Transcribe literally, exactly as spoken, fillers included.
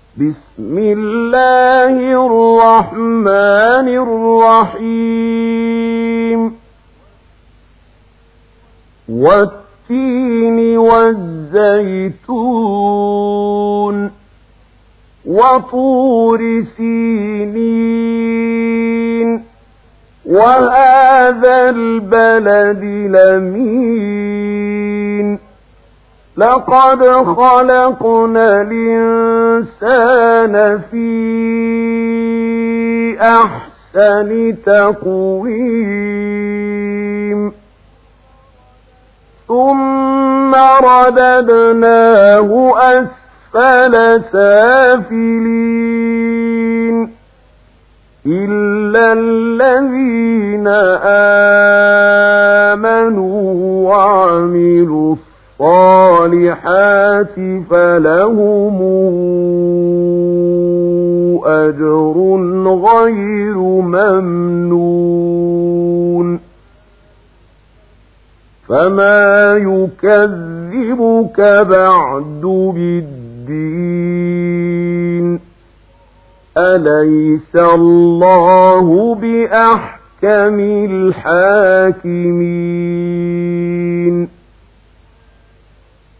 بسم الله الرحمن الرحيم والتين والزيتون وطور سينين وهذا البلد الأمين لقد خلقنا الإنسان في أحسن تقويم ثم رددناه أسفل سافلين إلا الذين آمنوا وعملوا الصالحات فلهم أجر غير ممنون فما يكذبك بعد بالدين أليس الله بأحكم الحاكمين